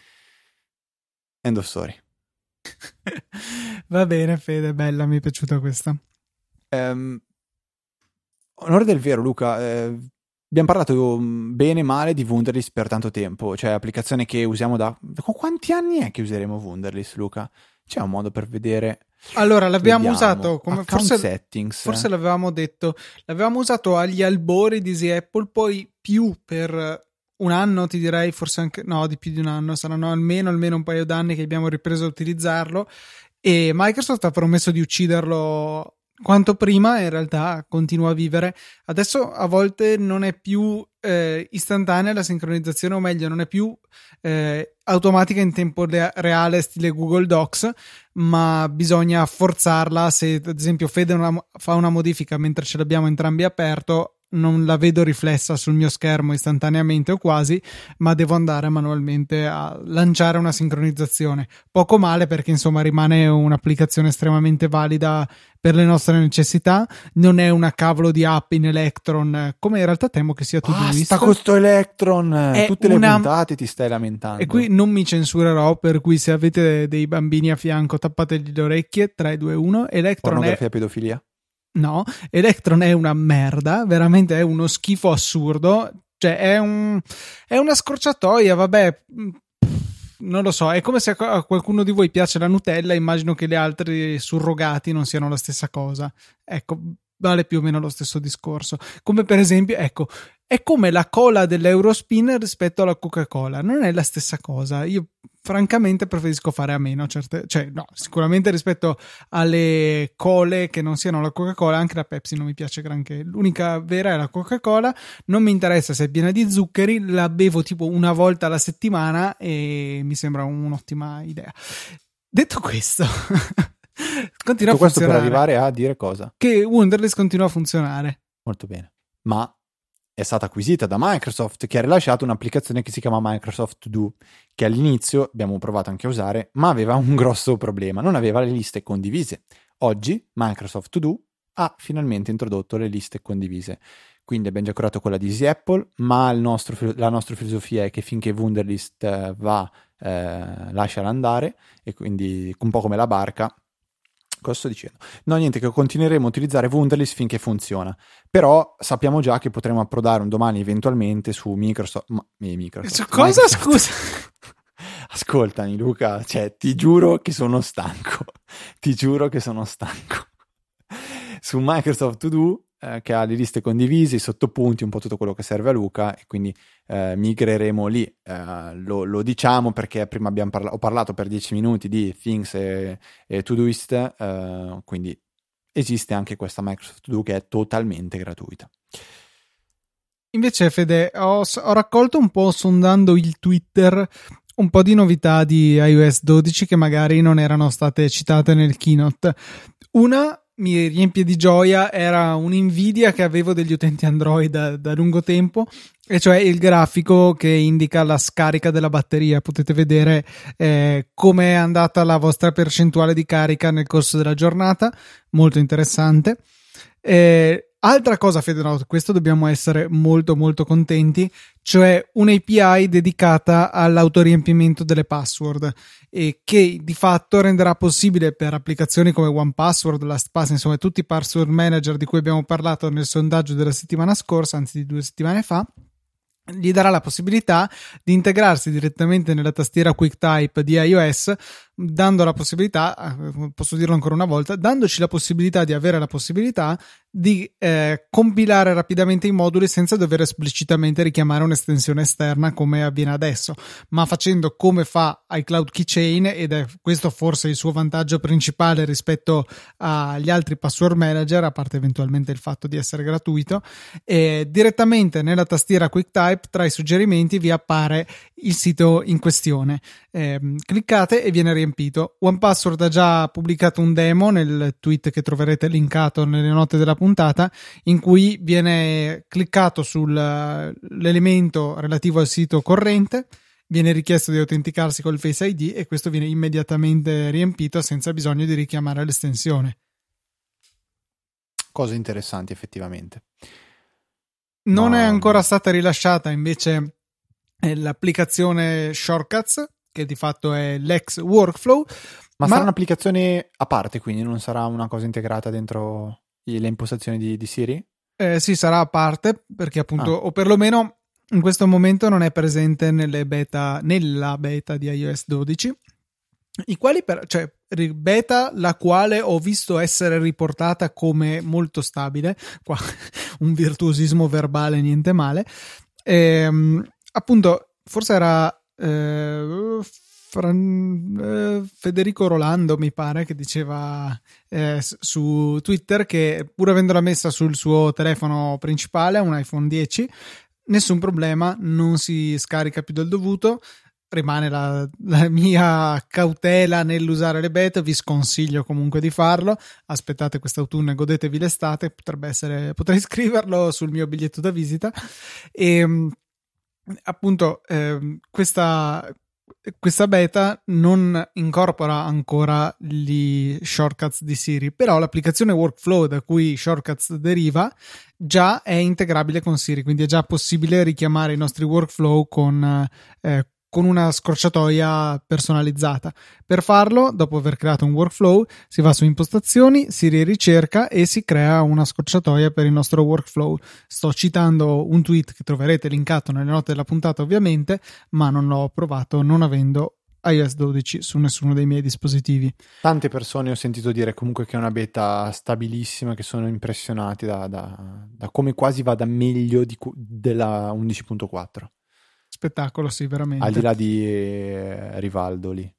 End of story. Va bene, Fede, bella, mi è piaciuta questa. Onore del vero, Luca, abbiamo parlato bene e male di Wunderlist per tanto tempo, cioè applicazione che usiamo con quanti anni è che useremo Wunderlist, Luca? C'è un modo per vedere? Allora, l'abbiamo usato come settings. Forse l'avevamo detto, l'avevamo usato agli albori di Easy Apple, poi più per un anno, ti direi, forse anche no, di più di un anno, saranno almeno un paio d'anni che abbiamo ripreso a utilizzarlo, e Microsoft ha promesso di ucciderlo quanto prima, in realtà continua a vivere. Adesso a volte non è più istantanea la sincronizzazione, o meglio non è più automatica in tempo reale stile Google Docs, ma bisogna forzarla. Se ad esempio Fede fa una modifica mentre ce l'abbiamo entrambi aperto, non la vedo riflessa sul mio schermo istantaneamente o quasi, ma devo andare manualmente a lanciare una sincronizzazione. Poco male, perché insomma rimane un'applicazione estremamente valida per le nostre necessità. Non è una cavolo di app in Electron, come in realtà temo che sia Todoist. Basta con sto Electron, È tutte le puntate ti stai lamentando. E qui non mi censurerò, per cui se avete dei bambini a fianco tappategli le orecchie. 3, 2, 1. Electron pornografia e pedofilia? No, Electron è una merda, veramente è uno schifo assurdo, cioè è una scorciatoia, vabbè, non lo so, è come se a qualcuno di voi piace la Nutella, immagino che gli altri surrogati non siano la stessa cosa, ecco, vale più o meno lo stesso discorso, come per esempio, ecco, è come la cola dell'Eurospin rispetto alla Coca-Cola, non è la stessa cosa. Io francamente preferisco fare a meno, cioè no, sicuramente rispetto alle cole che non siano la Coca-Cola, anche la Pepsi non mi piace granché, l'unica vera è la Coca-Cola, non mi interessa se è piena di zuccheri, la bevo tipo una volta alla settimana e mi sembra un'ottima idea. Detto questo continua a funzionare. Questo per arrivare a dire cosa? Che Wunderlist continua a funzionare. Molto bene, ma è stata acquisita da Microsoft, che ha rilasciato un'applicazione che si chiama Microsoft To Do, che all'inizio abbiamo provato anche a usare, ma aveva un grosso problema, non aveva le liste condivise. Oggi Microsoft To Do ha finalmente introdotto le liste condivise, quindi abbiamo già curato quella di Easy Apple, ma la nostra filosofia è che finché Wunderlist va, lasciala andare, e quindi un po' come la barca. Cosa sto dicendo? No, niente, che continueremo a utilizzare Wunderlist finché funziona. Però sappiamo già che potremo approdare un domani eventualmente su Microsoft. Su cosa, Microsoft. scusa? Ascoltami, Luca, cioè, ti giuro che sono stanco. Ti giuro che sono stanco. Su Microsoft To Do, che ha le liste condivise, i sottopunti, un po' tutto quello che serve a Luca, e quindi migreremo lì. Lo diciamo perché prima ho parlato per 10 minuti di Things e Todoist, quindi esiste anche questa Microsoft To Do che è totalmente gratuita. Invece, Fede, ho raccolto un po', sondando il Twitter, un po' di novità di iOS 12 che magari non erano state citate nel keynote. Una mi riempie di gioia, era un'invidia che avevo degli utenti Android da lungo tempo, e cioè il grafico che indica la scarica della batteria. Potete vedere come è andata la vostra percentuale di carica nel corso della giornata, molto interessante. Altra cosa, Fede, no, questo dobbiamo essere molto molto contenti, cioè un'API dedicata all'autoriempimento delle password, e che di fatto renderà possibile per applicazioni come OnePassword, LastPass, insomma tutti i password manager di cui abbiamo parlato nel sondaggio della settimana scorsa, anzi di 2 settimane fa, gli darà la possibilità di integrarsi direttamente nella tastiera QuickType di iOS, dando la possibilità, posso dirlo ancora una volta, dandoci la possibilità di avere la possibilità di compilare rapidamente i moduli senza dover esplicitamente richiamare un'estensione esterna come avviene adesso, ma facendo come fa iCloud Keychain, ed è questo forse il suo vantaggio principale rispetto agli altri password manager, a parte eventualmente il fatto di essere gratuito. Direttamente nella tastiera QuickType, tra i suggerimenti vi appare il sito in questione, cliccate e viene riempito. OnePassword ha già pubblicato un demo nel tweet che troverete linkato nelle note della puntata, in cui viene cliccato sull'elemento relativo al sito corrente, viene richiesto di autenticarsi col Face ID e questo viene immediatamente riempito senza bisogno di richiamare l'estensione. Cose interessanti effettivamente. Non è ancora stata rilasciata invece l'applicazione Shortcuts, che di fatto è l'ex Workflow. Ma sarà un'applicazione a parte, quindi non sarà una cosa integrata dentro le impostazioni di Siri? Sì, sarà a parte, perché appunto, o perlomeno in questo momento non è presente nella beta di iOS 12, i quali beta la quale ho visto essere riportata come molto stabile, qua un virtuosismo verbale niente male, appunto forse era Federico Rolando, mi pare, che diceva su Twitter che pur avendola messa sul suo telefono principale, un iPhone 10, nessun problema, non si scarica più del dovuto. Rimane la mia cautela nell'usare le beta, vi sconsiglio comunque di farlo. Aspettate quest'autunno e godetevi l'estate, potrei scriverlo sul mio biglietto da visita. E appunto questa beta non incorpora ancora gli shortcuts di Siri, però l'applicazione Workflow da cui Shortcuts deriva già è integrabile con Siri, quindi è già possibile richiamare i nostri workflow con una scorciatoia personalizzata. Per farlo, dopo aver creato un workflow, si va su impostazioni, si ricerca e si crea una scorciatoia per il nostro workflow. Sto citando un tweet che troverete linkato nelle note della puntata, ovviamente, ma non l'ho provato non avendo iOS 12 su nessuno dei miei dispositivi. Tante persone ho sentito dire comunque che è una beta stabilissima, che sono impressionati da come quasi vada meglio della 11.4. Spettacolo, sì, veramente. Al di là di Rivaldo lì.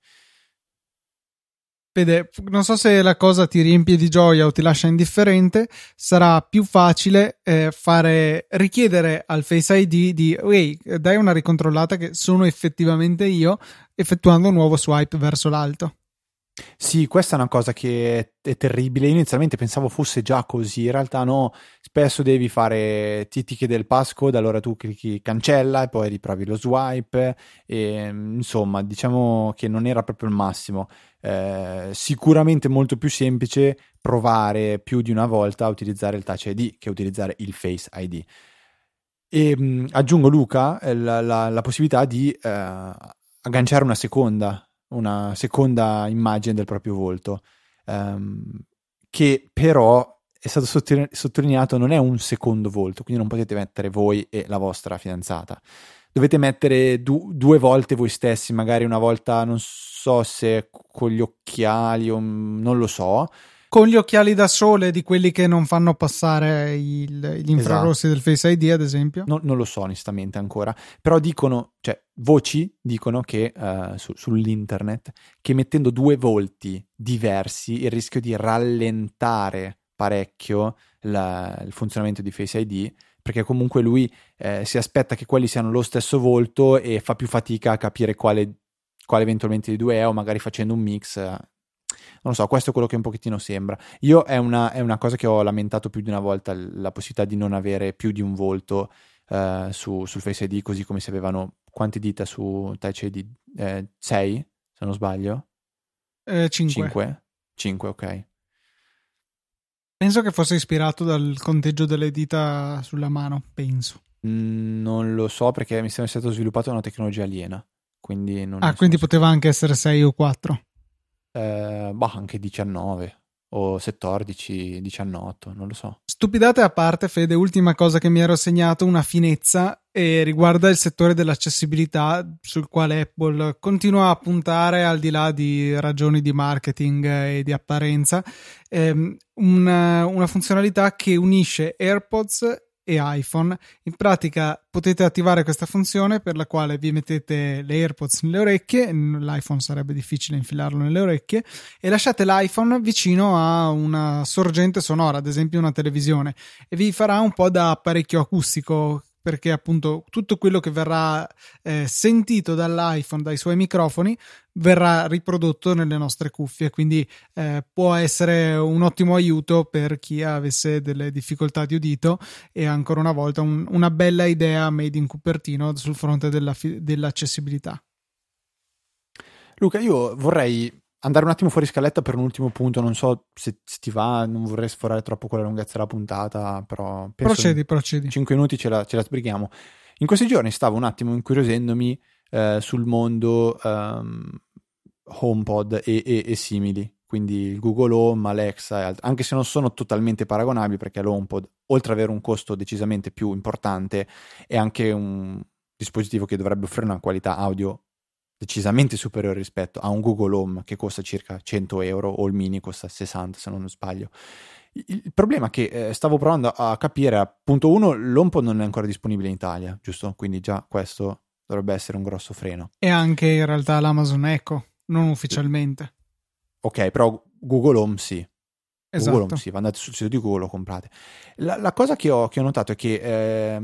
Vede, non so se la cosa ti riempie di gioia o ti lascia indifferente. Sarà più facile richiedere al Face ID di dai una ricontrollata che sono effettivamente io, effettuando un nuovo swipe verso l'alto. Sì, questa è una cosa che è terribile. Io inizialmente pensavo fosse già così, in realtà no, spesso devi fare, ti chiede il passcode, allora tu clicchi cancella e poi riprovi lo swipe e insomma diciamo che non era proprio il massimo. Sicuramente molto più semplice provare più di una volta a utilizzare il Touch ID che utilizzare il Face ID. E aggiungo, Luca, la possibilità di agganciare una seconda immagine del proprio volto, che però è stato sottolineato non è un secondo volto, quindi non potete mettere voi e la vostra fidanzata, dovete mettere due volte voi stessi, magari una volta non so se con gli occhiali o non lo so, con gli occhiali da sole di quelli che non fanno passare gli infrarossi, esatto, del Face ID, ad esempio. Non lo so onestamente ancora, però dicono, cioè voci dicono che sull'internet che mettendo due volti diversi il rischio di rallentare parecchio il funzionamento di Face ID, perché comunque lui si aspetta che quelli siano lo stesso volto e fa più fatica a capire quale eventualmente dei due è, o magari facendo un mix. Non lo so, questo è quello che un pochettino sembra. Io è una cosa che ho lamentato più di una volta, la possibilità di non avere più di un volto sul Face ID, così come si avevano quante dita su Touch ID? 6, se non sbaglio? 5. 5, ok. Penso che fosse ispirato dal conteggio delle dita sulla mano, penso. Non lo so, perché mi sembra stato sviluppato una tecnologia aliena. Quindi quindi poteva anche essere 6 o 4. Anche 19 o 14, 18, non lo so. Stupidate a parte, Fede, ultima cosa che mi ero segnato, una finezza, e riguarda il settore dell'accessibilità, sul quale Apple continua a puntare al di là di ragioni di marketing e di apparenza. Una funzionalità che unisce AirPods e iPhone. In pratica potete attivare questa funzione per la quale vi mettete le AirPods nelle orecchie, l'iPhone sarebbe difficile infilarlo nelle orecchie, e lasciate l'iPhone vicino a una sorgente sonora, ad esempio una televisione, e vi farà un po' da apparecchio acustico, perché appunto tutto quello che verrà sentito dall'iPhone, dai suoi microfoni, verrà riprodotto nelle nostre cuffie, quindi può essere un ottimo aiuto per chi avesse delle difficoltà di udito, e ancora una volta una bella idea made in Cupertino sul fronte dell'accessibilità. Luca, io vorrei andare un attimo fuori scaletta per un ultimo punto, non so se ti va, non vorrei sforare troppo con la lunghezza della puntata, però penso procedi. 5 minuti ce la sbrighiamo. In questi giorni stavo un attimo incuriosendomi sul mondo HomePod e simili, quindi il Google Home, Alexa e altri, anche se non sono totalmente paragonabili, perché l'HomePod, oltre ad avere un costo decisamente più importante, è anche un dispositivo che dovrebbe offrire una qualità audio decisamente superiore rispetto a un Google Home che costa circa 100 euro, o il mini costa 60 se non sbaglio. Il problema che stavo provando a capire, appunto, uno, l'HomePod non è ancora disponibile in Italia, giusto? Quindi già questo dovrebbe essere un grosso freno. E anche in realtà l'Amazon Echo, non ufficialmente. Ok, però Google Home sì. Esatto. Google Home sì, andate sul sito di Google, lo comprate. La cosa che ho notato è che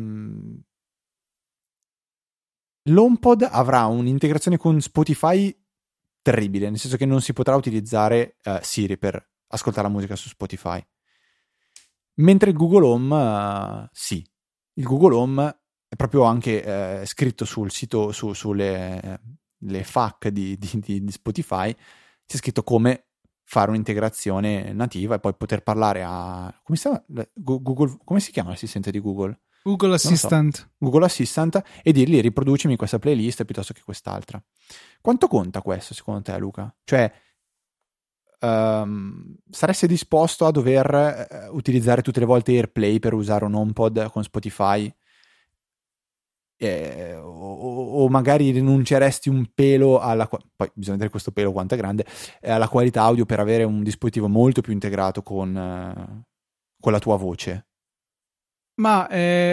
l'HomePod avrà un'integrazione con Spotify terribile, nel senso che non si potrà utilizzare Siri per ascoltare la musica su Spotify. Mentre il Google Home sì. Il Google Home è proprio anche scritto sul sito, sulle le FAQ di Spotify, c'è scritto come fare un'integrazione nativa e poi poter parlare a... Google, come si chiama l'assistente di Google? Google Assistant. So. Google Assistant, e dirgli riproducimi questa playlist piuttosto che quest'altra. Quanto conta questo secondo te, Luca? Cioè, saresti disposto a dover utilizzare tutte le volte AirPlay per usare un HomePod con Spotify? O magari rinunceresti un pelo poi bisogna vedere questo pelo quanto è grande, alla qualità audio per avere un dispositivo molto più integrato con la tua voce? Ma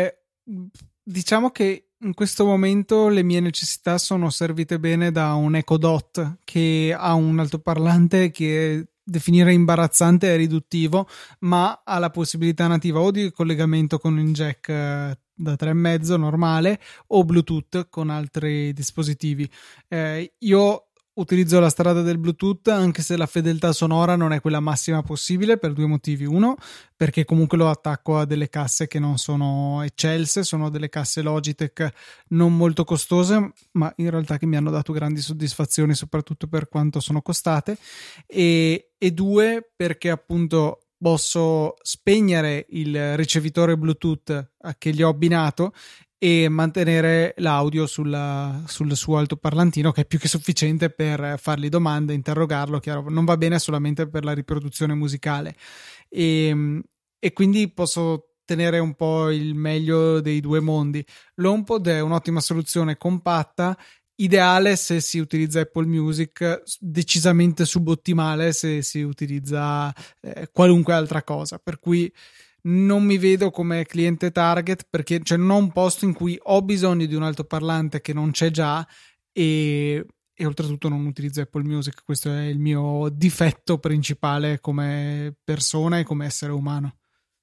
diciamo che in questo momento le mie necessità sono servite bene da un Echo Dot che ha un altoparlante che definire imbarazzante è riduttivo, ma ha la possibilità nativa o di collegamento con un jack da 3,5 normale o Bluetooth con altri dispositivi. Io utilizzo la strada del Bluetooth anche se la fedeltà sonora non è quella massima possibile per due motivi. Uno, perché comunque lo attacco a delle casse che non sono eccelse, sono delle casse Logitech non molto costose, ma in realtà che mi hanno dato grandi soddisfazioni soprattutto per quanto sono costate, e due, perché appunto posso spegnere il ricevitore Bluetooth che gli ho abbinato e mantenere l'audio sul suo altoparlantino, che è più che sufficiente per fargli domande, interrogarlo. Chiaro, non va bene solamente per la riproduzione musicale, e quindi posso tenere un po' il meglio dei due mondi. L'HomePod è un'ottima soluzione compatta, ideale se si utilizza Apple Music, decisamente subottimale se si utilizza qualunque altra cosa, per cui non mi vedo come cliente target, perché non ho un posto in cui ho bisogno di un altoparlante che non c'è già, e oltretutto non utilizzo Apple Music. Questo è il mio difetto principale come persona e come essere umano.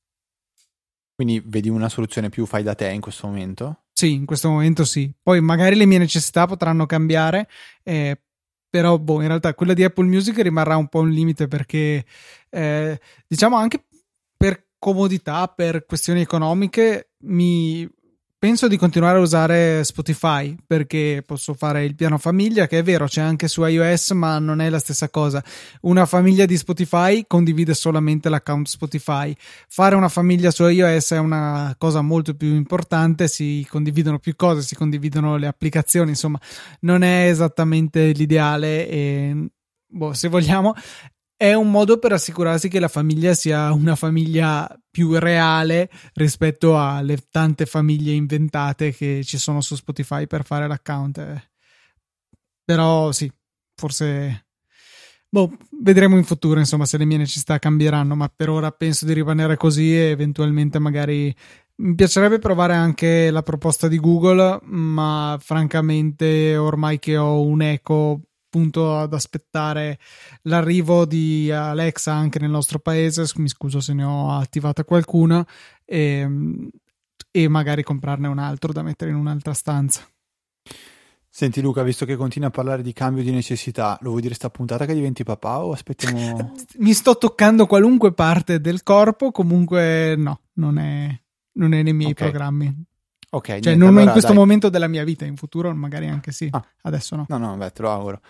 Quindi vedi una soluzione più fai da te in questo momento? Sì, in questo momento sì. Poi magari le mie necessità potranno cambiare, però in realtà quella di Apple Music rimarrà un po' un limite, perché diciamo anche per comodità, per questioni economiche, penso di continuare a usare Spotify, perché posso fare il piano famiglia, che è vero c'è anche su iOS, ma non è la stessa cosa. Una famiglia di Spotify condivide solamente l'account Spotify. Fare una famiglia su iOS è una cosa molto più importante, si condividono più cose, si condividono le applicazioni, insomma non è esattamente l'ideale, e se vogliamo è un modo per assicurarsi che la famiglia sia una famiglia più reale rispetto alle tante famiglie inventate che ci sono su Spotify per fare l'account. Però sì, forse vedremo in futuro, insomma, se le mie necessità cambieranno, ma per ora penso di rimanere così, e eventualmente magari mi piacerebbe provare anche la proposta di Google, ma francamente ormai che ho un Echo, appunto, ad aspettare l'arrivo di Alexa anche nel nostro paese, mi scuso se ne ho attivata qualcuna, e magari comprarne un altro da mettere in un'altra stanza. Senti Luca, visto che continui a parlare di cambio di necessità, lo vuoi dire sta puntata che diventi papà o aspettiamo? Mi sto toccando qualunque parte del corpo, comunque no, non è nei miei programmi. Ok, cioè niente, non allora, in questo dai. momento della mia vita, in futuro magari anche sì, adesso no. No, beh, te lo auguro.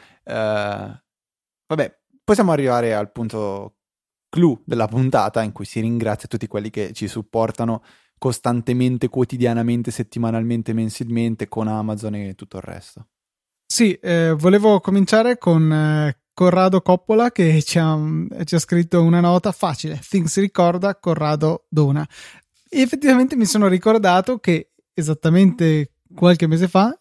Vabbè, possiamo arrivare al punto clou della puntata, in cui si ringrazia tutti quelli che ci supportano costantemente, quotidianamente, settimanalmente, mensilmente con Amazon e tutto il resto. Sì, volevo cominciare con Corrado Coppola, che ci ha scritto una nota facile: Things ricorda, Corrado dona. E effettivamente mi sono ricordato che esattamente qualche mese fa,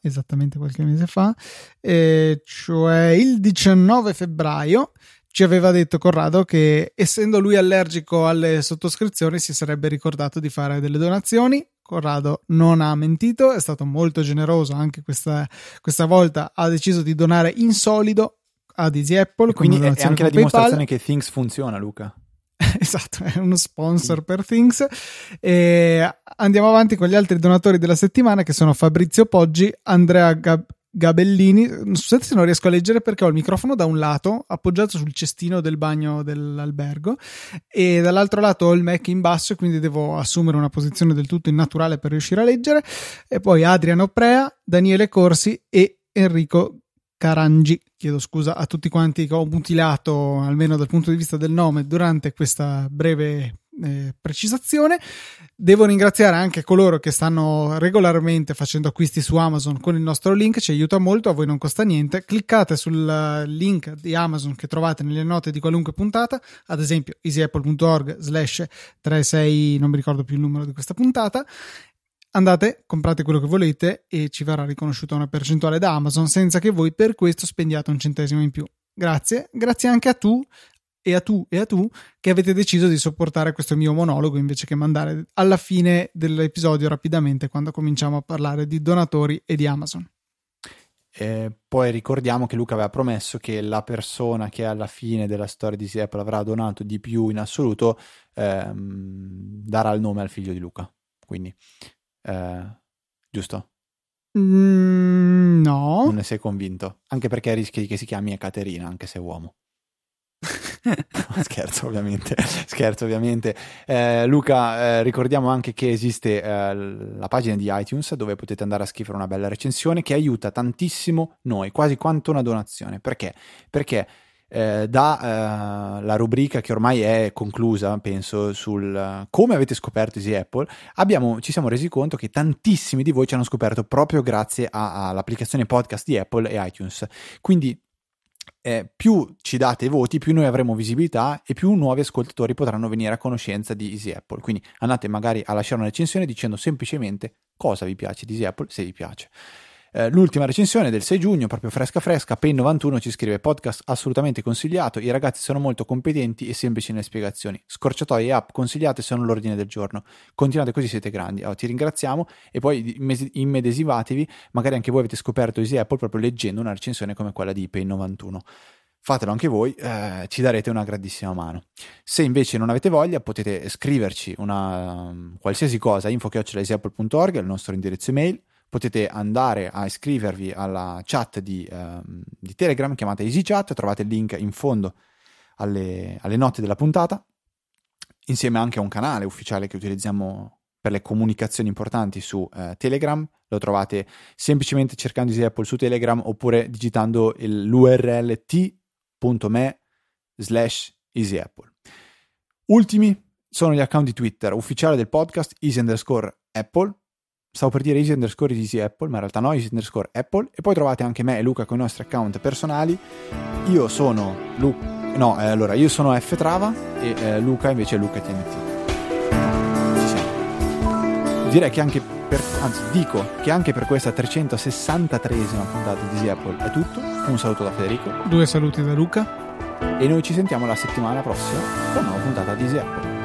cioè il 19 febbraio, ci aveva detto Corrado che, essendo lui allergico alle sottoscrizioni, si sarebbe ricordato di fare delle donazioni. Corrado non ha mentito, è stato molto generoso anche questa volta, ha deciso di donare in solido ad Easy Apple. Quindi è anche la dimostrazione che Things funziona, Luca. Esatto, è uno sponsor per Things. E andiamo avanti con gli altri donatori della settimana, che sono Fabrizio Poggi, Andrea Gabellini. Scusate se non riesco a leggere perché ho il microfono da un lato appoggiato sul cestino del bagno dell'albergo e dall'altro lato ho il Mac in basso e quindi devo assumere una posizione del tutto innaturale per riuscire a leggere. E poi Adriano Prea, Daniele Corsi e Enrico Carangi. Chiedo scusa a tutti quanti che ho mutilato, almeno dal punto di vista del nome, durante questa breve precisazione. Devo ringraziare anche coloro che stanno regolarmente facendo acquisti su Amazon con il nostro link, ci aiuta molto, a voi non costa niente. Cliccate sul link di Amazon che trovate nelle note di qualunque puntata, ad esempio easyapple.org/36, non mi ricordo più il numero di questa puntata. Andate, comprate quello che volete e ci verrà riconosciuta una percentuale da Amazon senza che voi per questo spendiate un centesimo in più. Grazie anche a tu che avete deciso di sopportare questo mio monologo invece che mandare alla fine dell'episodio rapidamente quando cominciamo a parlare di donatori e di Amazon. Poi ricordiamo che Luca aveva promesso che la persona che alla fine della storia di Easy Apple avrà donato di più in assoluto darà il nome al figlio di Luca, quindi giusto? No. Non ne sei convinto? Anche perché rischi che si chiami Caterina, anche se è uomo. Scherzo ovviamente. Luca, ricordiamo anche che esiste la pagina di iTunes dove potete andare a scrivere una bella recensione che aiuta tantissimo noi, quasi quanto una donazione. Perché? Perché la rubrica che ormai è conclusa, penso, sul come avete scoperto Easy Apple, ci siamo resi conto che tantissimi di voi ci hanno scoperto proprio grazie all'applicazione podcast di Apple e iTunes. Quindi più ci date voti, più noi avremo visibilità e più nuovi ascoltatori potranno venire a conoscenza di Easy Apple. Quindi andate magari a lasciare una recensione dicendo semplicemente cosa vi piace di Easy Apple, se vi piace. L'ultima recensione del 6 giugno, proprio fresca, Pen91 ci scrive: podcast assolutamente consigliato, i ragazzi sono molto competenti e semplici nelle spiegazioni, scorciatoie e app consigliate sono l'ordine del giorno, continuate così, siete grandi. Ti ringraziamo e poi immedesivatevi, magari anche voi avete scoperto Easy Apple proprio leggendo una recensione come quella di Pen91. Fatelo anche voi, ci darete una grandissima mano. Se invece non avete voglia potete scriverci una qualsiasi cosa, info@easyapple.org è il nostro indirizzo email. Potete andare a iscrivervi alla chat di Telegram chiamata EasyChat, trovate il link in fondo alle note della puntata, insieme anche a un canale ufficiale che utilizziamo per le comunicazioni importanti su Telegram. Lo trovate semplicemente cercando Easy Apple su Telegram oppure digitando l'URL t.me/easyapple. Ultimi sono gli account di Twitter ufficiale del podcast Easy_Apple. Stavo per dire Easy Apple, ma in realtà no, Easy_Apple. E poi trovate anche me e Luca con i nostri account personali. Io sono io sono Ftrava e Luca invece è Luca TNT. Ci siamo. Direi che dico che anche per questa 363esima puntata di Easy Apple è tutto. Un saluto da Federico. 2 saluti da Luca. E noi ci sentiamo la settimana prossima con una nuova puntata di Easy Apple.